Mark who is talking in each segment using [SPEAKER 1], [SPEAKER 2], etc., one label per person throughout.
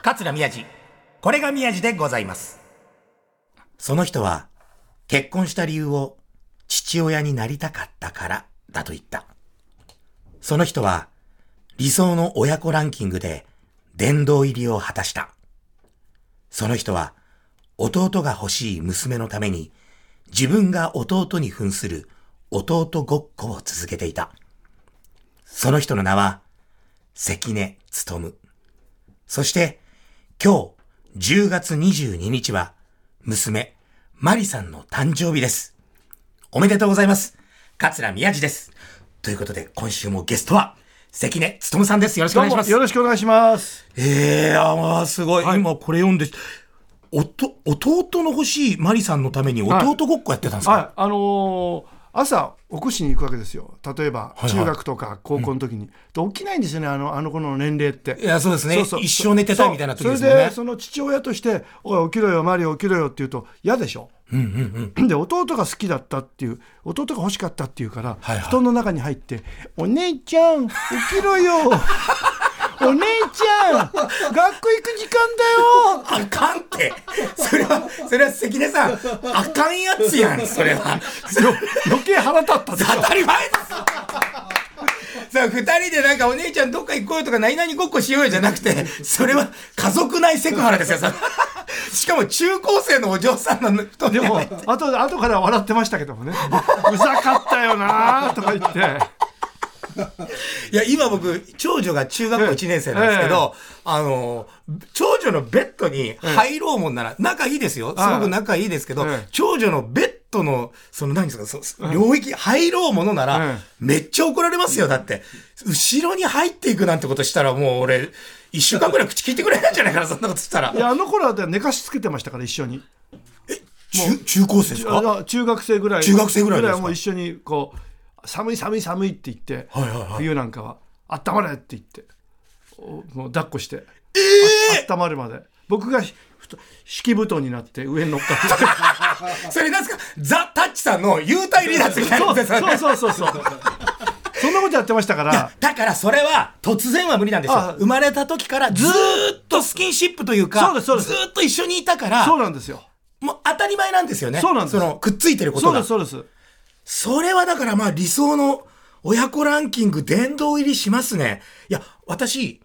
[SPEAKER 1] 桂宮治。これが宮治でございます。その人は結婚した理由を父親になりたかったからだと言った。その人は理想の親子ランキングで殿堂入りを果たした。その人は弟が欲しい娘のために自分が弟に扮する弟ごっこを続けていた。その人の名は関根勤。そして今日10月22日は娘マリさんの誕生日です。おめでとうございます。桂宮治です。ということで今週もゲストは関根勤さんです。よろしくお願いします。
[SPEAKER 2] よろしくお願いします。
[SPEAKER 1] すごい、はい、今これ読んで弟の欲しいマリさんのために弟ごっこやってたんですか？
[SPEAKER 2] はい、朝起こしに行くわけですよ。例えば中学とか高校の時に、起きないんですよね、あの子の年齢って。
[SPEAKER 1] いやそうですね。そう一生寝てたいみたいな時ですよね。
[SPEAKER 2] それでその父親としておい起きろよマリ起きろよって言うと嫌でしょ。で弟が好きだったっていう弟が欲しかったっていうから、布団の中に入ってお姉ちゃん起きろよお姉ちゃん学校行く時間だよ。
[SPEAKER 1] あかんって。それは関根さんあかんやつやん。それは
[SPEAKER 2] 余計腹立ったでしょ。
[SPEAKER 1] 当たり前ですさあ2人でなんかお姉ちゃんどっか行こうよとか何々ごっこしようよじゃなくて、それは家族内セクハラですよ。しかも中高生のお嬢さんの人
[SPEAKER 2] でも後から笑ってましたけどもねうざかったよなとか言って
[SPEAKER 1] いや今僕長女が中学校1年生なんですけど、長女のベッドに入ろうもんなら仲いいですよ、すごく仲いいですけど、長女のベッドのその何ですか、領域入ろうものならめっちゃ怒られますよ。だって後ろに入っていくなんてことしたらもう俺1週間ぐらい口聞いてくれないんじゃないかな、そんなことしたら。
[SPEAKER 2] いや頃は寝かしつけてましたから一緒に。
[SPEAKER 1] 中高生ですか？
[SPEAKER 2] 中学生ぐらい
[SPEAKER 1] ですか？
[SPEAKER 2] もう一緒にこう寒いって言って、冬なんかは温まれって言ってもう抱っこして、温まるまで僕が敷布団になって上に乗っかって
[SPEAKER 1] それなんですか、ザ・タッチさんの幽体離脱みたいなですよね。
[SPEAKER 2] そうそんなことやってましたから。
[SPEAKER 1] だからそれは突然は無理なんですよ。生まれた時からずーっとスキンシップというか、ずーっと一緒にいたから。
[SPEAKER 2] そうなんですよ。
[SPEAKER 1] もう当たり前なんですよね。
[SPEAKER 2] そうなんです。
[SPEAKER 1] そのくっついてることが。
[SPEAKER 2] そうです。
[SPEAKER 1] それはだからまあ理想の親子ランキング殿堂入りしますね。いや私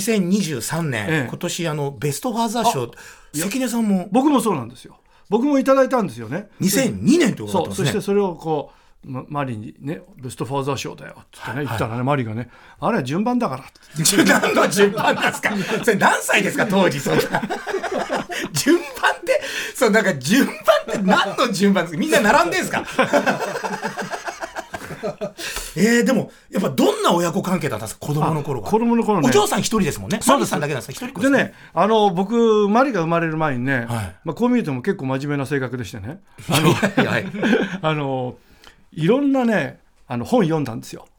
[SPEAKER 1] 2023年、今年ベストファーザー賞、関根さんも。
[SPEAKER 2] 僕もそうなんですよ。僕もいただいたんですよね。
[SPEAKER 1] 2002年ってことだったんですね。
[SPEAKER 2] そしてそれをこうマリにねベストファーザー賞だよって言ったらね、マリがねあれは順番だからって
[SPEAKER 1] 何の順番なんですかそれ何歳ですか当時。そんな順番ってなんか順番って何の順番ですか？みんな並んでんすかでもやっぱどんな親子関係だったんですか子供の頃は。
[SPEAKER 2] 子供の頃ね、
[SPEAKER 1] お嬢さん一人ですもんね。マリさんだけなんですか？一人っ子です
[SPEAKER 2] ね。でね僕マリが生まれる前にね、こう見るとも結構真面目な性格でしてねいろんなね本読んだんですよ。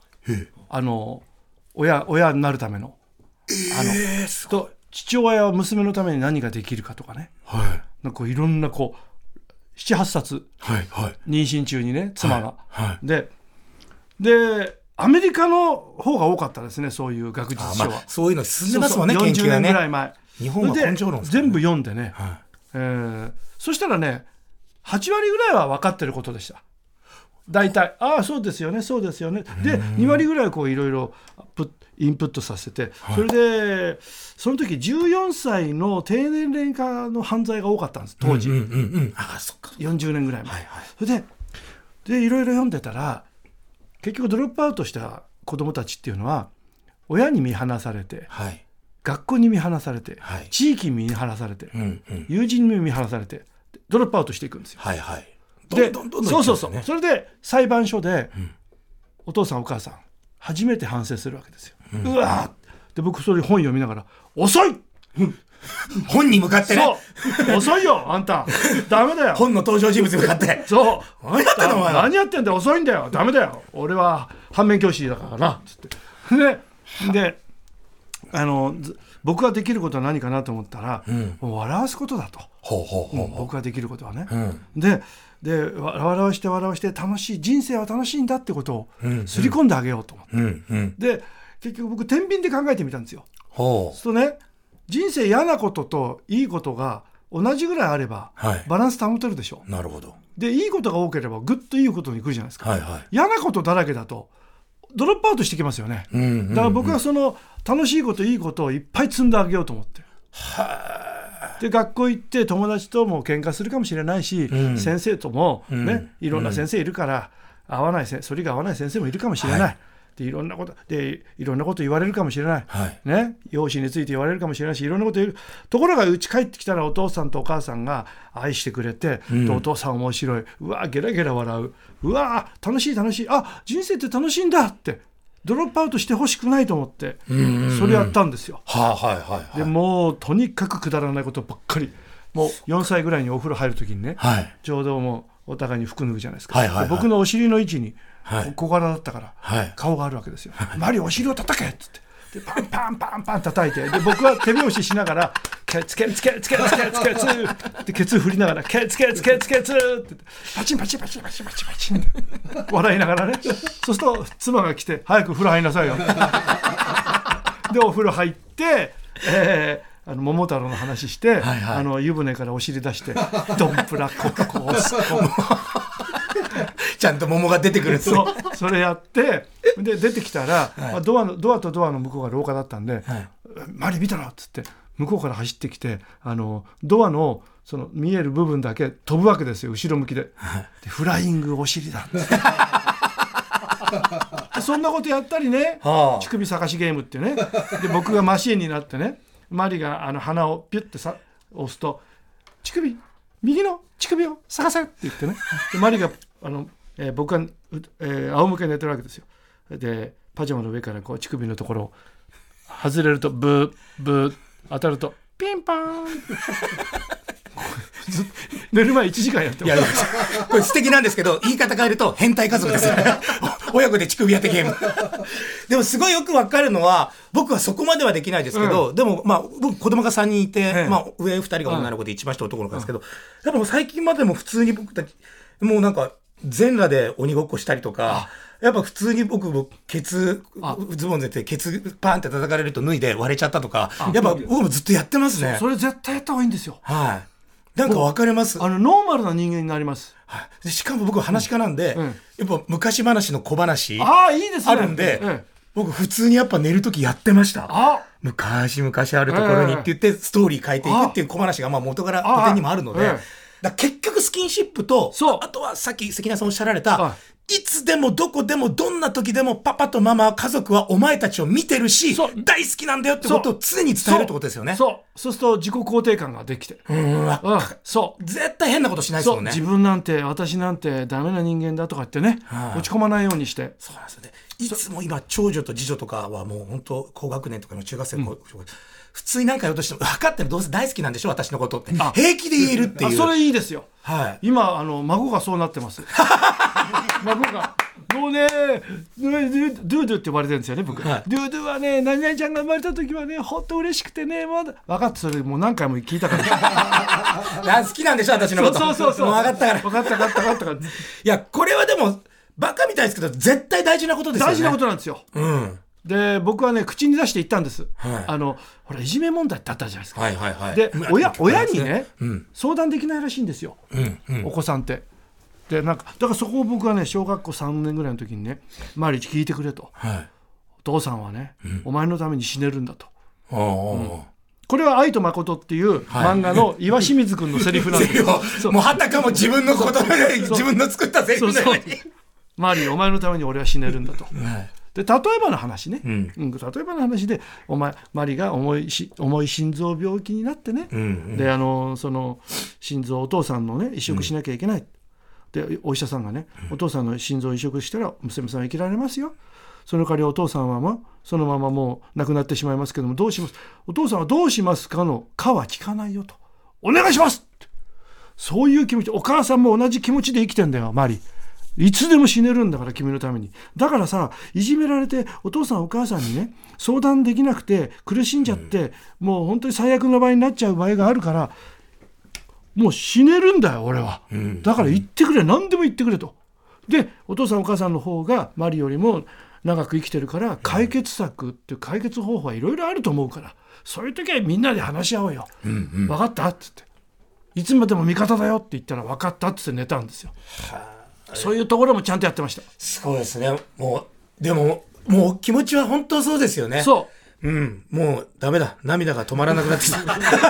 [SPEAKER 2] 親になるためのと父親は娘のために何ができるかとかね、なんかいろんなこう 7,8 冊、妊娠中にね妻が、でアメリカの方が多かったですね、そういう学術書は。
[SPEAKER 1] そういうの進んでますもんね、研究がね。
[SPEAKER 2] 40年ぐらい前。
[SPEAKER 1] 日本は根性論ですね。
[SPEAKER 2] 全部読んでね、そしたらね8割ぐらいは分かってることでした。大体そうですよねで2割ぐらいこういろいろインプットさせて、それでその時14歳の低年齢化の犯罪が多かったんです当時。40年ぐらい前。それでいろいろ読んでたら結局ドロップアウトした子どもたちっていうのは親に見放されて、学校に見放されて、地域に見放されて、友人に見放されてドロップアウトしていくんですよ。でそれで裁判所で、お父さんお母さん初めて反省するわけですよ。うわで僕それ本読みながら遅い
[SPEAKER 1] 本に向かってね。
[SPEAKER 2] 遅いよあんたダメだよ。
[SPEAKER 1] 本の登場人物に向かって何やってんのお前は。
[SPEAKER 2] 何やってんだよ遅いんだよダメだよ俺は反面教師だからなつってで僕ができることは何かなと思ったら、もう笑わすことだと。僕ができることはね、で笑わして楽しい人生は楽しいんだってことをすり込んであげようと思って、で結局僕天秤で考えてみたんですよ。そうするとね人生嫌なことといいことが同じぐらいあれば、
[SPEAKER 1] はい、
[SPEAKER 2] バランス保てるでしょ。
[SPEAKER 1] なるほど。
[SPEAKER 2] でいいことが多ければぐっといいことに来るじゃないですか、
[SPEAKER 1] はいはい、
[SPEAKER 2] 嫌なことだらけだとドロップアウトしてきますよね、
[SPEAKER 1] うんうんうん、
[SPEAKER 2] だから僕はその楽しいこといいことをいっぱい積んであげようと思って、で学校行って友達とも喧嘩するかもしれないし、うん、先生とも、ね、いろんな先生いるから、合わない反りが合わない先生もいるかもしれない、はい、でいろんなこと言われるかもしれない、はいね、容姿について言われるかもしれないし、いろんなこと言う。ところがうち帰ってきたらお父さんとお母さんが愛してくれて、うん、お父さん面白い、うわゲラゲラ笑う、うわ楽しい楽しい、あ人生って楽しいんだってドロップアウトしてほしくないと思って、それやったんですよ、でもうとにかくくだらないことばっかり。もう4歳ぐらいにお風呂入るときにね、はい、ちょうどもうお互いに服脱ぐじゃないですか、はいはいはい、僕のお尻の位置に小柄だったから、はい、顔があるわけですよ、はい、マリオお尻を叩けっつってでパンパンパンパン叩いて、で僕は手拍子しながらケツケツケツケツケツケツってケツ振りながらケツケツケツケツってパチンパチンパチンパチンパチンパチン笑いながらね、そうすると妻が来て早く風呂入りなさいよでお風呂入って桃太郎の話して、はいはい、湯船からお尻出してドンプラコッコース
[SPEAKER 1] ちゃんと桃が出てくる。
[SPEAKER 2] それやってで出てきたら、はいドアとドアの向こうが廊下だったんで、はい、マリ見たのっつって向こうから走ってきてドアのその見える部分だけ飛ぶわけですよ、後ろ向き でフライングお尻だってそんなことやったりね、はあ、乳首探しゲームってね、で僕がマシーンになってね、マリが鼻をピュッて押すと右の乳首を探せって言ってね、でマリが僕が、仰向けに寝てるわけですよ。でパジャマの上からこう乳首のところを外れるとブーブー、当たるとピンパーン寝る前1時間やってます。いや
[SPEAKER 1] これ素敵なんですけど、言い方変えると変態家族ですよ親子で乳首やってゲームでもすごいよくわかるのは、僕はそこまではできないですけど、でもまあ僕子供が3人いて、上2人が女の子で一番下男の子ですけど、やっぱ最近までも普通に僕たちもうなんか全裸で鬼ごっこしたりとか、やっぱ普通に僕もズボン出てケツパンって叩かれると脱いで割れちゃったとか、やっぱ僕もずっとやってますね。
[SPEAKER 2] それ絶対やった方がいいんですよ。
[SPEAKER 1] はい、なんか分かります。
[SPEAKER 2] ノーマルな人間になります。
[SPEAKER 1] はい、しかも僕は話し家なんで、やっぱ昔話の小話あるんで、僕普通にやっぱ寝るときやってました。昔々あるところにって言ってストーリー変えていくっていう小話がまあ元から古典にもあるので、だ結局スキンシップと、あとはさっき関根さんおっしゃられた、いつでもどこでもどんな時でもパパとママ家族はお前たちを見てるし大好きなんだよってことを常に伝えるってことですよね。
[SPEAKER 2] そうすると自己肯定感ができて、
[SPEAKER 1] そう絶対変なことしないですもんね。
[SPEAKER 2] 自分なんて私なんてダメな人間だとかってね、落ち込まないようにして。
[SPEAKER 1] そうなんですよね。いつも今長女と次女とかはもう本当高学年とかの中学生、普通に何か言おうとしても分かってる、どうせ大好きなんでしょ私のことって平気で言えるっていう。
[SPEAKER 2] それいいですよ、
[SPEAKER 1] はい、
[SPEAKER 2] 今孫がそうなってます孫がもうねドゥドゥって呼ばれてるんですよね僕、はい、ドゥドゥはね何々ちゃんが生まれた時はねほんと嬉しくてね、まだ分かって、それもう何回も聞いたから
[SPEAKER 1] 好きなんでしょ私のこと。
[SPEAKER 2] そう
[SPEAKER 1] もう分かったから
[SPEAKER 2] 分かったからい
[SPEAKER 1] やこれはでもバカみたいですけど絶対大事なことですよね。
[SPEAKER 2] 大事なことなんですよ、で僕はね口に出して言ったんです、ほらいじめ問題ってあったじゃないですか、で親にね、相談できないらしいんですよ、お子さんって。でなんかだからそこを僕はね小学校3年ぐらいの時にね、マリ聞いてくれと、お父さんはね、お前のために死ねるんだと、これは愛と誠っていう漫画の岩清水君のセリフなんですよ、
[SPEAKER 1] もうはたかも自分のことで自分の作ったセリフだよね。
[SPEAKER 2] マリお前のために俺は死ねるんだと、で例えばの話ね、例えばの話でマリが重い心臓病気になってね、でその心臓お父さんのね移植しなきゃいけない、でお医者さんがね、お父さんの心臓を移植したら娘さんは生きられますよ、その代わりお父さんはそのままもう亡くなってしまいますけどもどうします、お父さんはどうしますかのかは聞かないよと、お願いしますって、そういう気持ち、お母さんも同じ気持ちで生きてんだよマリ、いつでも死ねるんだから君のために。だからさ、いじめられてお父さんお母さんにね相談できなくて苦しんじゃって、もう本当に最悪の場合になっちゃう場合があるから、もう死ねるんだよ俺は、だから言ってくれ、何でも言ってくれと。でお父さんお母さんの方がマリよりも長く生きてるから解決策っていう解決方法はいろいろあると思うから、そういう時はみんなで話し合おうよ、分かったって言って、いつまでも味方だよって言ったら分かったって言って寝たんですよ。そういうところもちゃんとやってました。
[SPEAKER 1] すごいですね。でももう気持ちは本当そうですよね。
[SPEAKER 2] そう、
[SPEAKER 1] もうダメだ、涙が止まらなくなってきた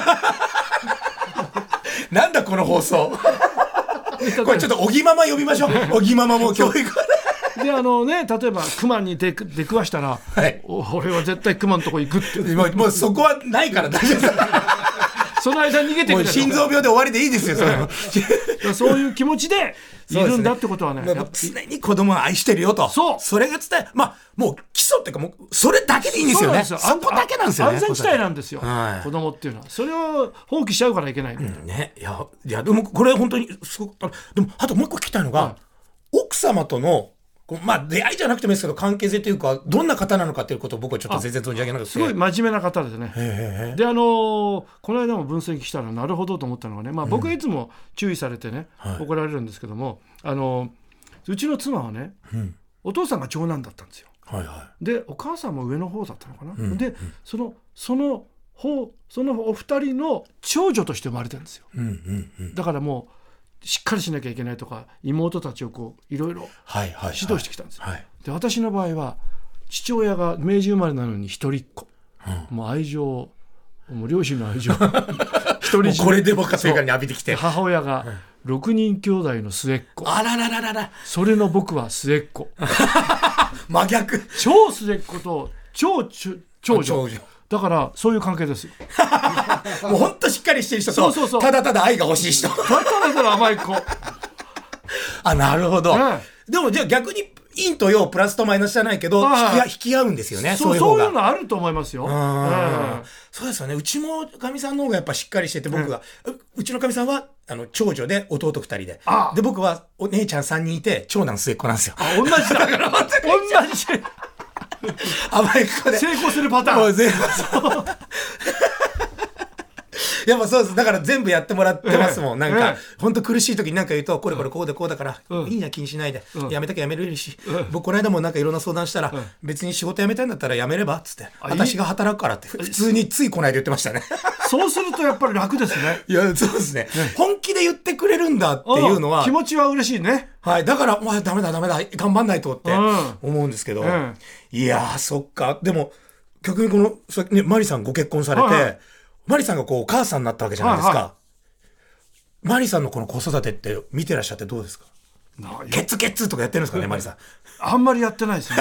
[SPEAKER 1] なんだこの放送これちょっとおぎママ呼びましょう。おぎママも教育
[SPEAKER 2] で例えばクマに出くわしたら、はい、俺は絶対クマのとこ行くって
[SPEAKER 1] もうそこはないから大丈夫です
[SPEAKER 2] その間逃げてくれ。
[SPEAKER 1] 心臓病で終わりでいいですよ。
[SPEAKER 2] そういう気持ちでいるんだってことはね、
[SPEAKER 1] 常に子供を愛してるよと。それが伝え、もう基礎っていうか、もうそれだけでいいんですよね。そこだけなんですよね。
[SPEAKER 2] 安全地帯なんですよ、子供っていうのは。それを放棄しちゃうからいけない、
[SPEAKER 1] ね。いやでもこれ本当にすごく、でもあともう一個聞きたいのが、奥様との出会いじゃなくてもいいですけど、関係性というか、どんな方なのかっていうことを僕はちょっと全然存じ上げなくて。
[SPEAKER 2] すごい真面目な方ですね。でこの間も分析したらなるほどと思ったのはね、僕はいつも注意されてね、怒られるんですけども、うちの妻はね、お父さんが長男だったんですよ。でお母さんも上の方だったのかな、でそのお二人の長女として生まれてるんですよ。だからもうしっかりしなきゃいけないとか、妹たちをいろいろ指導してきたんですよ。で私の場合は父親が明治生まれなのに一人っ子、もう愛情、もう両親の愛情一人
[SPEAKER 1] これで僕は生活に浴びてきて、
[SPEAKER 2] 母親が6人兄弟の末っ子、
[SPEAKER 1] あららららら、
[SPEAKER 2] それの僕は末っ子
[SPEAKER 1] 真逆、
[SPEAKER 2] 超末っ子と超長女だから、そういう関係ですよ
[SPEAKER 1] もうほんとしっかりしてる人と、ただただ愛が欲しい人、た
[SPEAKER 2] だただ甘い子
[SPEAKER 1] なるほど、でもじゃあ逆に陰と陽プラスとマイナスじゃないけど、引き合うんですよね。
[SPEAKER 2] そういうのあると思いますよ。
[SPEAKER 1] そうですよね。うちもかみさんの方がやっぱしっかりしてて、僕がうちのかみさんは長女で弟2人で、で僕はお姉ちゃん3人いて長男末っ子なんですよ。
[SPEAKER 2] 同じだから同じ
[SPEAKER 1] 甘い子で
[SPEAKER 2] 成功するパターン。
[SPEAKER 1] やっぱそうです。だから全部やってもらってますもん。なんか本当苦しい時に何か言うと、これこうでこうだからいいんや、気にしないで、やめたきゃやめれるし、僕この間もなんかいろんな相談したら、別に仕事辞めたいんだったらやめればっつって、私が働くからって普通についこの間言ってましたね。
[SPEAKER 2] そうするとやっぱり楽ですね。
[SPEAKER 1] いや、そうですね。本気で言ってくれるんだっていうのは
[SPEAKER 2] 気持ちは嬉しいね。
[SPEAKER 1] はい、だからダメだ頑張んないとって思うんですけど、いやー、そっか。でも逆にこのマリさんご結婚されて、マリさんがお母さんになったわけじゃないですか。マリさんのこの子育てって見てらっしゃってどうですか？ゲッツとかやってるんですかね、マリさん。
[SPEAKER 2] あんまりやってないですね。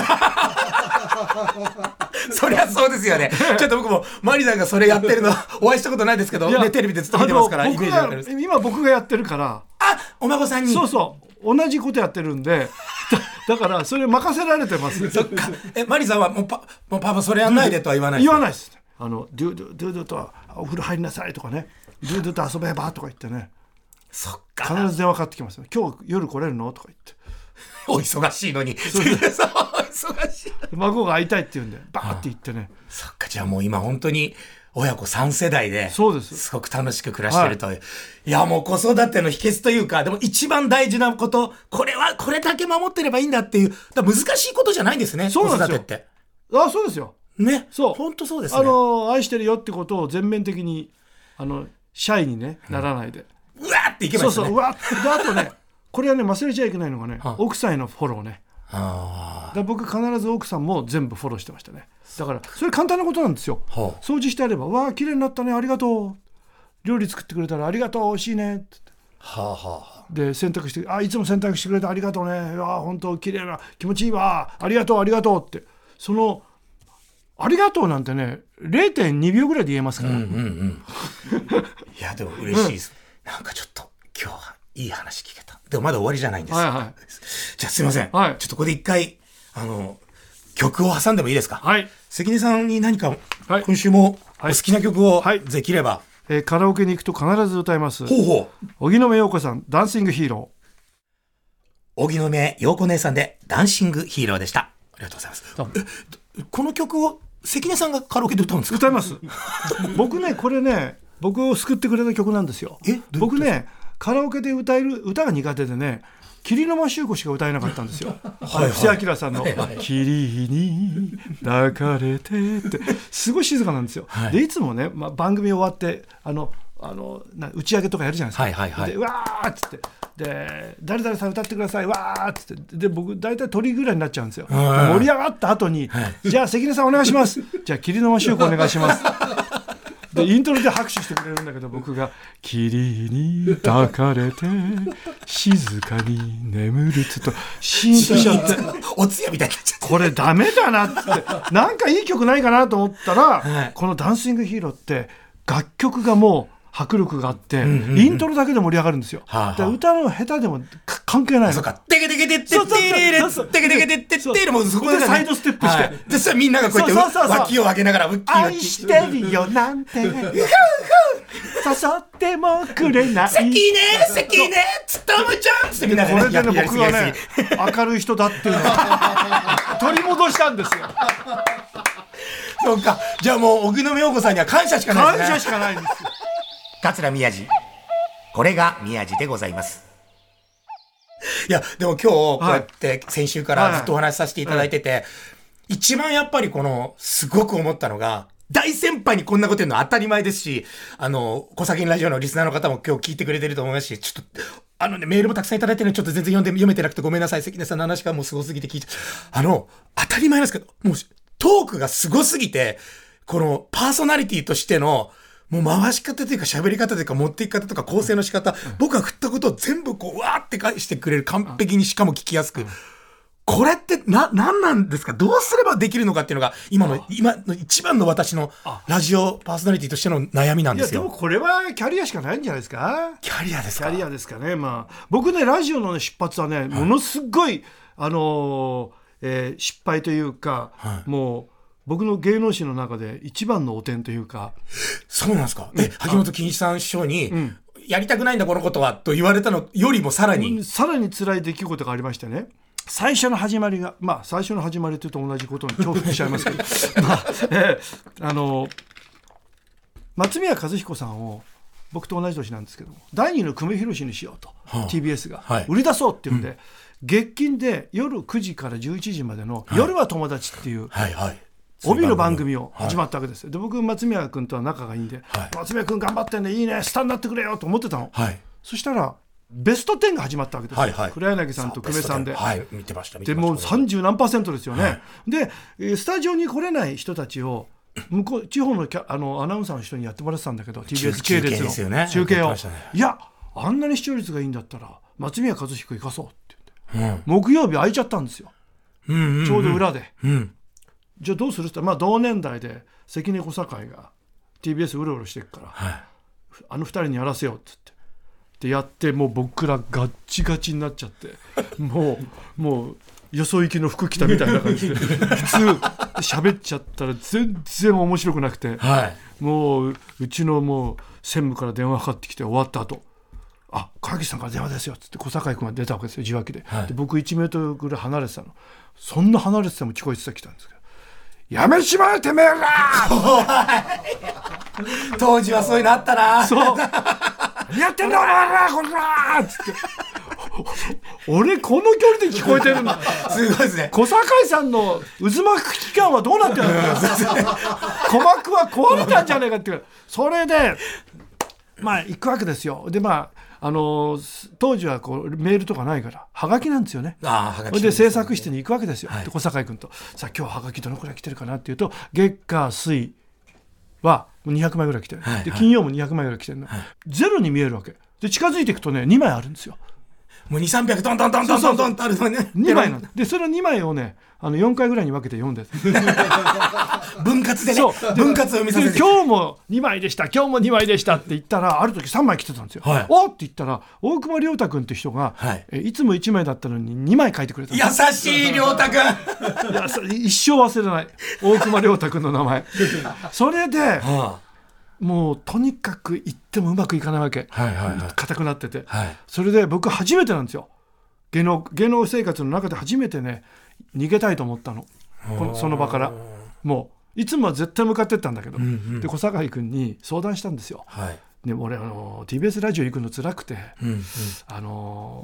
[SPEAKER 1] そりゃそうですよね。ちょっと僕もマリさんがそれやってるのお会いしたことないですけど、ね、テレビでずっと見てますから、イメージわかります。
[SPEAKER 2] 今僕がやってるから。
[SPEAKER 1] お孫さんに。
[SPEAKER 2] そう同じことやってるんでだからそれ任せられてます。
[SPEAKER 1] そっか。マリさんはもうパパそれやんないでとは言わない。
[SPEAKER 2] 言わないです。ドゥドゥとお風呂入りなさいとかね、ドゥドゥと遊べばとか言ってね、
[SPEAKER 1] そっか、
[SPEAKER 2] 必ず電話かかってきますよ。今日夜来れるのとか言って、
[SPEAKER 1] お忙しいのに忙しい
[SPEAKER 2] 孫が会いたいって言うんでバーって言ってね。
[SPEAKER 1] そっか、じゃあもう今本当に親子3世代で、
[SPEAKER 2] そうです、
[SPEAKER 1] すごく楽しく暮らしてるという、いやもう子育ての秘訣というか、でも一番大事なこと、これだけ守ってればいいんだっていう、難しいことじゃないんですね。
[SPEAKER 2] そうなんですよ。
[SPEAKER 1] 子育てって。
[SPEAKER 2] そうですよ
[SPEAKER 1] ね、
[SPEAKER 2] そう
[SPEAKER 1] 本当そうですね。
[SPEAKER 2] 愛してるよってことを全面的にシャイに、ね、ならないで、
[SPEAKER 1] うわーっていけばいいですね。
[SPEAKER 2] うわーであとねこれはね忘れちゃいけないのがね、奥さんへのフォローね。だ僕必ず奥さんも全部フォローしてましたね。だからそれ簡単なことなんですよ。掃除してあれば、わー綺麗になったね、ありがとう、料理作ってくれたらありがとう、美味しいねって、で洗濯して、いつも洗濯してくれてありがとうね、本当綺麗な、気持ちいいわ、ありがとうって、そのありがとうなんてね 0.2 秒ぐらいで言えますから、い
[SPEAKER 1] やでも嬉しいです、なんかちょっと今日はいい話聞けた。でもまだ終わりじゃないんです、じゃあすいません、ちょっとここで一回曲を挟んでもいいですか？関根さんに何か、今週もお好きな曲をできれば、
[SPEAKER 2] カラオケに行くと必ず歌います。荻野目洋子さん、ダンシングヒーロー。
[SPEAKER 1] 荻野目洋子姉さんでダンシングヒーローでした。ありがとうございます。この曲を関根さんがカラオケで歌うんですか？
[SPEAKER 2] 歌います僕ね、これね、僕を救ってくれた曲なんですよ。僕ね、カラオケで歌が苦手でね、 桐の間秀子しか歌えなかったんですよ
[SPEAKER 1] はい
[SPEAKER 2] 布施明さんの「霧に抱かれて」ってすごい静かなんですよ、
[SPEAKER 1] はい、
[SPEAKER 2] でいつもね、番組終わって打ち上げとかやるじゃないですか、
[SPEAKER 1] はいはいはい、
[SPEAKER 2] でうわーっつってで誰々さん歌ってくださいわーっつってで僕大体鳥ぐらいになっちゃうんですよ、盛り上がった後に、じゃあ関根さんお願いしますじゃあ桐の間秀子お願いしますでイントロで拍手してくれるんだけど僕が霧に抱かれて静かに眠るって言うとシーンとしちゃって
[SPEAKER 1] お通夜みたいになっちゃって
[SPEAKER 2] これダメだなってなんかいい曲ないかなと思ったら、はい、このダンシングヒーローって楽曲がもう迫力があって、イントロだけで盛り上がるんですよ、で歌の下手でも関係ないの。
[SPEAKER 1] そうか、テケテケテッテッテレレッテケテケテッテッテレもうそこで
[SPEAKER 2] サイドステップして、
[SPEAKER 1] でさみんながこうやって脇を上げながらウッキー
[SPEAKER 2] 愛してるよなんて誘ってもくれない
[SPEAKER 1] 関根つとむちゃんってみんな
[SPEAKER 2] これでね僕はね明るい人だっていうのを取り戻したんですよ。
[SPEAKER 1] そうか、じゃあもう荻野目洋子さんには感謝しかないですね。
[SPEAKER 2] 感謝しかないんですよ。
[SPEAKER 1] 桂宮治、これが宮治でございます。いやでも今日こうやって先週からずっとお話しさせていただいてて、一番やっぱりこのすごく思ったのが、大先輩にこんなこと言うのは当たり前ですし、小崎ラジオのリスナーの方も今日聞いてくれてると思いますし、ちょっとメールもたくさんいただいてるのでちょっと全然読めてなくてごめんなさい。関根さんの話がもうすごすぎて聞いて、当たり前なんですけど、もうトークがすごすぎて、このパーソナリティとしてのもう回し方というか喋り方というか持っていき方とか構成の仕方、僕が振ったことを全部こうわーって返してくれる、完璧にしかも聞きやすく、これって何なんですか、どうすればできるのかっていうのが今の一番の私のラジオパーソナリティとしての悩みなんですよ。
[SPEAKER 2] いやでもこれはキャリアしかないんじゃないですか。
[SPEAKER 1] キャリアですか。
[SPEAKER 2] キャリアですかね。僕ねラジオの出発はね、ものすごい失敗というか、もう僕の芸能史の中で一番の汚点というか。
[SPEAKER 1] そうなんですか。萩本欽一さん師匠に、やりたくないんだこのことはと言われたのよりもさらに
[SPEAKER 2] 辛い出来事がありましてね。最初の始まりが最初の始まりというと同じことに重複しちゃいますけど松宮和彦さんを僕と同じ年なんですけども、第2の久米宏にしようと、TBS が、売り出そうっていうんで、月金で夜9時から11時までの夜は友達っていう、帯の番組を始まったわけですよ。で僕松宮君とは仲がいいんで、松宮君頑張ってんね、いいね、スターになってくれよと思ってたの、そしたらベスト10が始まったわけですよ、黒柳さんと久米さんで、
[SPEAKER 1] 見てました。
[SPEAKER 2] でもう30何%ですよね、でスタジオに来れない人たちを向こう地方のアナウンサーの人にやってもらってたんだけど、 TBS 系列の中継を、いやあんなに視聴率がいいんだったら松宮和彦行かそうって言って、木曜日空いちゃったんですよ、ちょうど裏で、じゃあどうするって言ったら、同年代で関根小堺が TBS うろうろしてるから、あの2人にやらせようって言ってでやって、もう僕らガッチガチになっちゃって、もうよそ行きの服着たみたいな感じで普通喋っちゃったら全然面白くなくて、もううちのもう専務から電話かかってきて、終わった後、川岸さんから電話ですよっつって小堺君が出たわけですよ、受話器で、で僕1メートルぐらい離れてたの、そんな離れてても聞こえてきたんですけど、やめちまえてめえら
[SPEAKER 1] 当時はそういうのあったな。
[SPEAKER 2] そうやってんだお前らこらっつって俺この距離で聞こえてるんだ
[SPEAKER 1] すごいですね。
[SPEAKER 2] 小堺さんの渦巻く期間はどうなってるんだ鼓膜は壊れたんじゃねえかっていう、それで行くわけですよ。で当時はこうメールとかないからはがきなんですよね。で制作室に行くわけですよ、で小堺君と、さあ今日はがきどのくらい来てるかなっていうと、月火水は200枚ぐらい来てる、で金曜も200枚ぐらい来てるの、ゼロに見えるわけで、近づいていくとね2枚あるんですよ。
[SPEAKER 1] もう2、300ドンドンドンドンドンドンってあるのね。
[SPEAKER 2] 2枚なんで、それを2枚をね4回ぐらいに分けて読んで
[SPEAKER 1] 分割でね、分割を見させて、
[SPEAKER 2] 今日も2枚でした、今日も2枚でしたって言ったら、ある時3枚来てたんですよ、おって言ったら大熊良太君って人が、いつも1枚だったのに2枚書いてくれたんです。
[SPEAKER 1] 優しい良太君
[SPEAKER 2] 一生忘れない大熊良太君の名前それで、もうとにかく言ってもうまくいかないわけ、硬くなってて、それで僕初めてなんですよ、芸能生活の中で初めてね逃げたいと思ったの、その場から。もういつもは絶対向かってったんだけど、で小堺君に相談したんですよ、で俺TBS ラジオ行くの辛くて、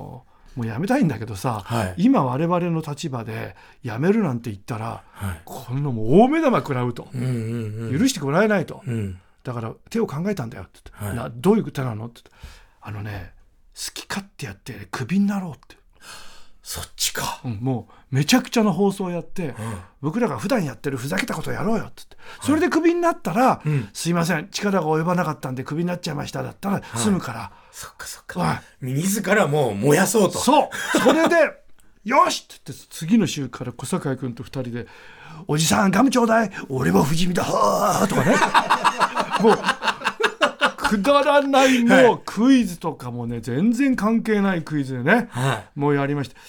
[SPEAKER 2] もう辞めたいんだけどさ、
[SPEAKER 1] はい、
[SPEAKER 2] 今我々の立場で辞めるなんて言ったら、
[SPEAKER 1] はい、
[SPEAKER 2] こんなもう大目玉食らうと、
[SPEAKER 1] うんうんうん、
[SPEAKER 2] 許してもらえないと、
[SPEAKER 1] うん、
[SPEAKER 2] だから手を考えたんだよって言って、
[SPEAKER 1] はい、
[SPEAKER 2] どういう手なのって言って、好き勝手やってクビになろうって。
[SPEAKER 1] そっちか、
[SPEAKER 2] もうめちゃくちゃな放送をやって、僕らが普段やってるふざけたことをやろうよって言って、それでクビになったら、すいません力が及ばなかったんでクビになっちゃいましただったら済むから、
[SPEAKER 1] そっかそっか、自らもう燃やそうと。
[SPEAKER 2] それでよしって言って次の週から小堺君と2人でおじさんガムちょうだい俺も不死身だはーとかねもうくだらないもうクイズとかもね全然関係ないクイズでね、もうやりました。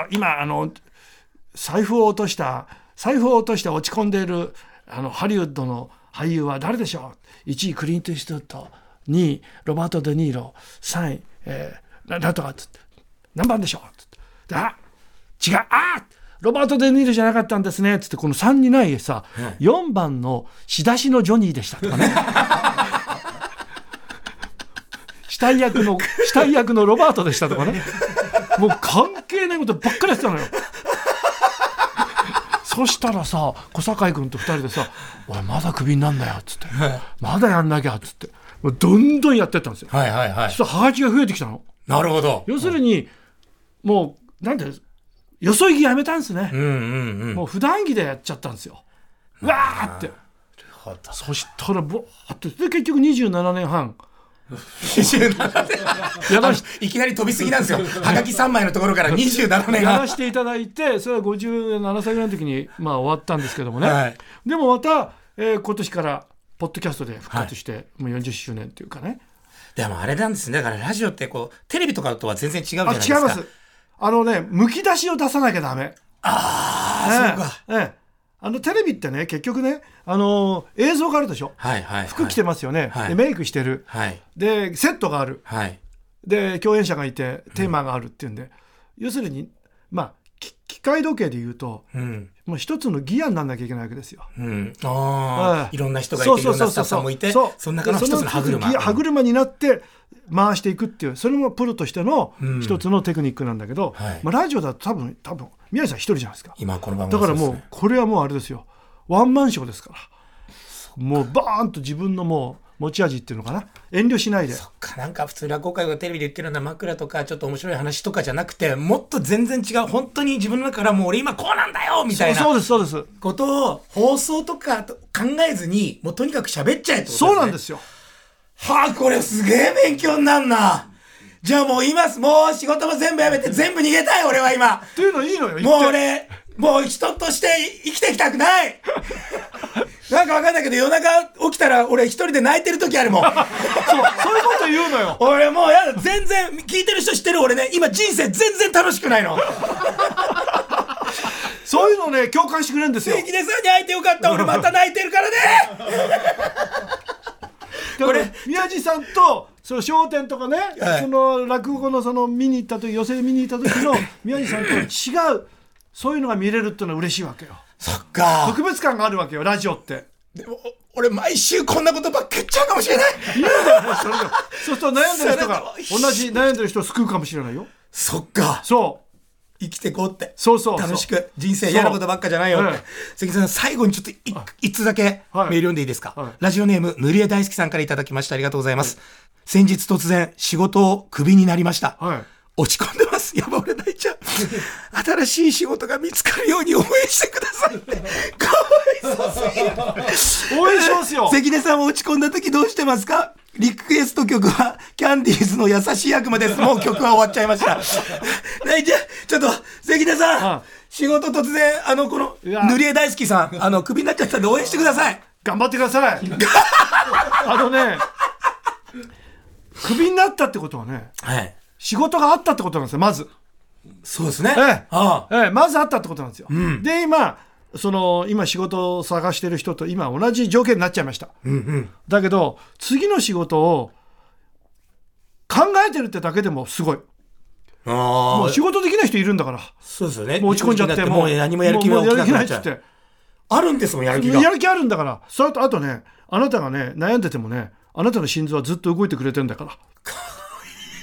[SPEAKER 2] 今財布を落として落ち込んでいるハリウッドの俳優は誰でしょう。1位クリント・イーストウッド、2位ロバート・デ・ニーロ、3位、なんとかっつって何番でしょうっつってで違うロバート・デ・ニーロじゃなかったんですねっつってこの3にないさ、4番の仕出しのジョニーでしたとかね死体役のロバートでしたとかねもう関係ないことばっかりやってたのよそしたらさ小堺君と2人でさ俺まだクビになんだよっつってまだやんなきゃっつってもうどんどんやってったんですよ。そしたらハガキが増えてきたの。なるほど。要するに、もうなんてよそ行きやめたんですね、もう普段着でやっちゃったんですよ。わーってそしたらボーってで結局27年半
[SPEAKER 1] いきなり飛びすぎなんですよはがき3枚のところから27年
[SPEAKER 2] やらせていただいてそれは57歳ぐらいの時に、終わったんですけどもね、でもまた、今年からポッドキャストで復活して、もう40周年っていうかね。
[SPEAKER 1] でもあれなんですね。だからラジオってテレビとかとは全然違うじゃないですか。
[SPEAKER 2] 違います。むき出しを出さなきゃダメ。
[SPEAKER 1] そうか。
[SPEAKER 2] テレビってね結局ね、映像があるでしょ、服着てますよね、でメイクしてる、でセットがある、で共演者がいてテーマがあるっていうんで、要するに機械時計でいうと、もう一つのギアにならなきゃいけないわけですよ、い
[SPEAKER 1] ろんな人がいていろんなスタッフさんもいてその中の一つの
[SPEAKER 2] 歯車になって回していくっていう、それもプロとしての一つのテクニックなんだけど、ラジオだと多分宮治さん一人じゃないですか。
[SPEAKER 1] 今この番
[SPEAKER 2] 組だからもうこれはもうあれですよ、ワンマンショーですから、もうバーンと自分のもう持ち味っていうのかな、遠慮しないで。
[SPEAKER 1] そっか、なんか普通落語会がテレビで言ってるような枕とかちょっと面白い話とかじゃなくて、もっと全然違う、本当に自分の中からもう俺今こうなんだよみたいな
[SPEAKER 2] そうです
[SPEAKER 1] ことを放送とか考えずにもうとにかく喋っちゃえってことですね。
[SPEAKER 2] そうなんですよ。
[SPEAKER 1] これすげえ勉強になんな。じゃあもう今もう仕事も全部やめて全部逃げたい俺は今。
[SPEAKER 2] っていうのいいのよ。
[SPEAKER 1] もう俺もう人として生きていきたくないなんかわかんないけど夜中起きたら俺一人で泣いてる時あるもんそういう
[SPEAKER 2] こと言うのよ。
[SPEAKER 1] 俺もうやだ、全然聞いてる人知ってる。俺ね今人生全然楽しくないの
[SPEAKER 2] そういうのね共感してくれるんですよ。
[SPEAKER 1] 関根さんに会えてよかった。俺また泣いてるからね
[SPEAKER 2] これ宮治さんとその笑点とかね、その落語のその見に行った時、寄席見に行った時の宮治さんと違うそういうのが見れるっていうのは嬉しいわけよ。
[SPEAKER 1] そっか、
[SPEAKER 2] 特別感があるわけよラジオって。
[SPEAKER 1] でも俺毎週こんなことばっか言っちゃうかもしれない。
[SPEAKER 2] いいんだよねそれで。そうすると悩んでる人が同じ悩んでる人を救うかもしれないよ。
[SPEAKER 1] そっか、
[SPEAKER 2] そう
[SPEAKER 1] 生きていこうって。
[SPEAKER 2] そう
[SPEAKER 1] 楽しく人生嫌なことばっかじゃないよって。関さん最後にちょっと一つだけメール読んでいいですか。ラジオネーム塗江大好きさんからいただきました。ありがとうございます。先日突然仕事をクビになりました、落ち込んでます。やば俺泣いちゃう新しい仕事が見つかるように応援してくださいってかわいそうすぎる応援しますよ。関根さんも落ち込んだ時どうしてますか。リクエスト曲はキャンディーズの優しい悪魔です。もう曲は終わっちゃいました泣いちゃう。ちょっと関根さん、仕事突然この塗江大好きさんクビになっちゃったんで応援してください。
[SPEAKER 2] 頑張ってくださいクビになったってことはね、仕事があったってことなんですよまず。
[SPEAKER 1] そうですね、
[SPEAKER 2] まずあったってことなんですよ、で今仕事を探してる人と今同じ条件になっちゃいました、だけど次の仕事を考えてるってだけでもすごい。もう仕事できない人いるんだから。
[SPEAKER 1] そうですよね。
[SPEAKER 2] もう落ち込んじゃって
[SPEAKER 1] もう何もやる気が起きなくなっちゃう。あるんですもんやる気が。
[SPEAKER 2] やる気あるんだから。それとあとね、あなたがね悩んでてもね、あなたの心臓はずっと動いてくれてるんだから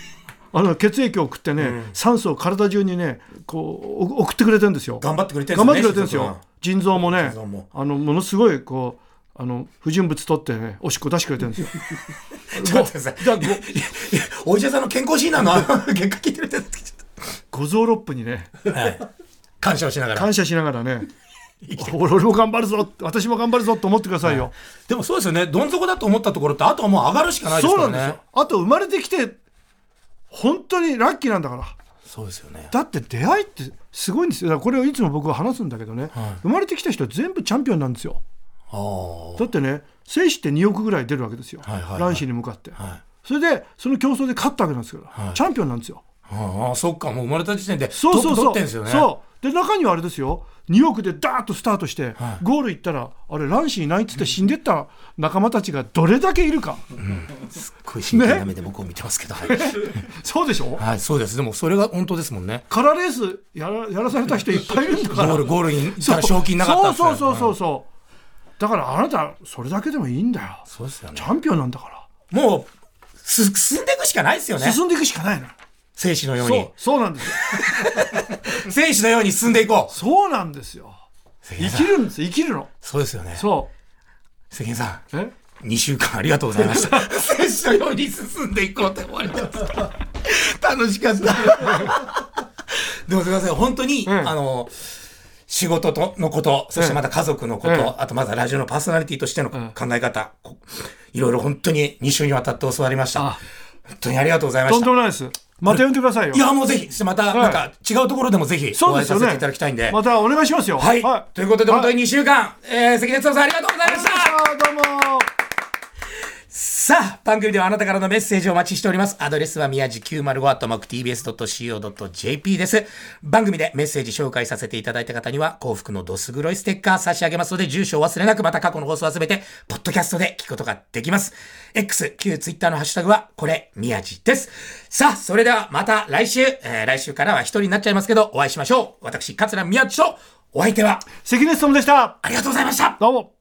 [SPEAKER 2] 血液を送ってね、酸素を体中にねこう送ってくれてるんですよ。
[SPEAKER 1] 頑張ってくれてるんですよね。
[SPEAKER 2] 腎臓もね、ものすごいこう不純物取ってねおしっこ出してくれてるんですよ。
[SPEAKER 1] ちょっと待ってください。お医者さんの健康診断の結果聞いてるって
[SPEAKER 2] 五臓六腑にね、
[SPEAKER 1] はい、感謝しながらね俺も頑張るぞ、私も頑張るぞと思ってくださいよ、はい、 でもそうですよね。どん底だと思ったところってあとはもう上がるしかないですからね。
[SPEAKER 2] そうなんですよ。あと生まれてきて本当にラッキーなんだから。
[SPEAKER 1] そうですよね。
[SPEAKER 2] だって出会いってすごいんですよ。だからこれをいつも僕は話すんだけどね、はい、生まれてきた人は全部チャンピオンなんですよ。だってね精子って2億ぐらい出るわけですよ、はいはいはい、卵子に向かって、はい、それでその競争で勝ったわけなんですから、はい、チャンピオンなんですよ。
[SPEAKER 1] そっか、もう生まれた時点でトップ取ってんですよね。
[SPEAKER 2] そうで中にはあれですよ、2億でダーッとスタートして、はい、ゴール行ったらあれ卵子いないっつって死んでった仲間たちがどれだけいるか、
[SPEAKER 1] すっごい真剣な目で僕を見てますけど、ね
[SPEAKER 2] そうでしょ。
[SPEAKER 1] はい、そうです。でもそれが本当ですもんね。
[SPEAKER 2] カラーレース やらされた人いっぱいいるんだから
[SPEAKER 1] ゴールに賞金なかったんですよ。
[SPEAKER 2] そうだからあなたそれだけでもいいんだよ。
[SPEAKER 1] そうですよね。
[SPEAKER 2] チャンピオンなんだから。
[SPEAKER 1] もう進んでいくしかないですよね。
[SPEAKER 2] 進んでいくしかないの。
[SPEAKER 1] 生死のように。
[SPEAKER 2] そうなんですよ。
[SPEAKER 1] 生死のように進んでいこう。
[SPEAKER 2] そうなんですよ。生きるんです。生きるの。
[SPEAKER 1] そうですよね。関根さん、2週間ありがとうございました。生死のように進んでいこうって終わりました。楽しかった。でもすみません、本当に、仕事のこと、そしてまた家族のこと、あとまたラジオのパーソナリティとしての考え方、いろいろ本当に2週にわたって教わりました。本当にありがとうございました。
[SPEAKER 2] とんでもないです。また呼んでくださいよ。
[SPEAKER 1] いや、もうぜひ、またなんか違うところでもぜひお会いさせていただきたいんで。
[SPEAKER 2] またお願いしますよ。
[SPEAKER 1] はい。ということで本当に2週間、関根勤さんありがとうございました。
[SPEAKER 2] どうも。
[SPEAKER 1] さあ、番組ではあなたからのメッセージをお待ちしております。アドレスは宮地 905@tbs.co.jp です。番組でメッセージ紹介させていただいた方には、幸福のどす黒いステッカー差し上げますので、住所を忘れなく、また過去の放送はすべて、ポッドキャストで聞くことができます。X、旧 Twitter のハッシュタグは、これ、宮地です。さあ、それではまた来週、来週からは一人になっちゃいますけど、お会いしましょう。私、桂宮地と、お相手は、
[SPEAKER 2] 関根勤でした。
[SPEAKER 1] ありがとうございました。
[SPEAKER 2] どうも。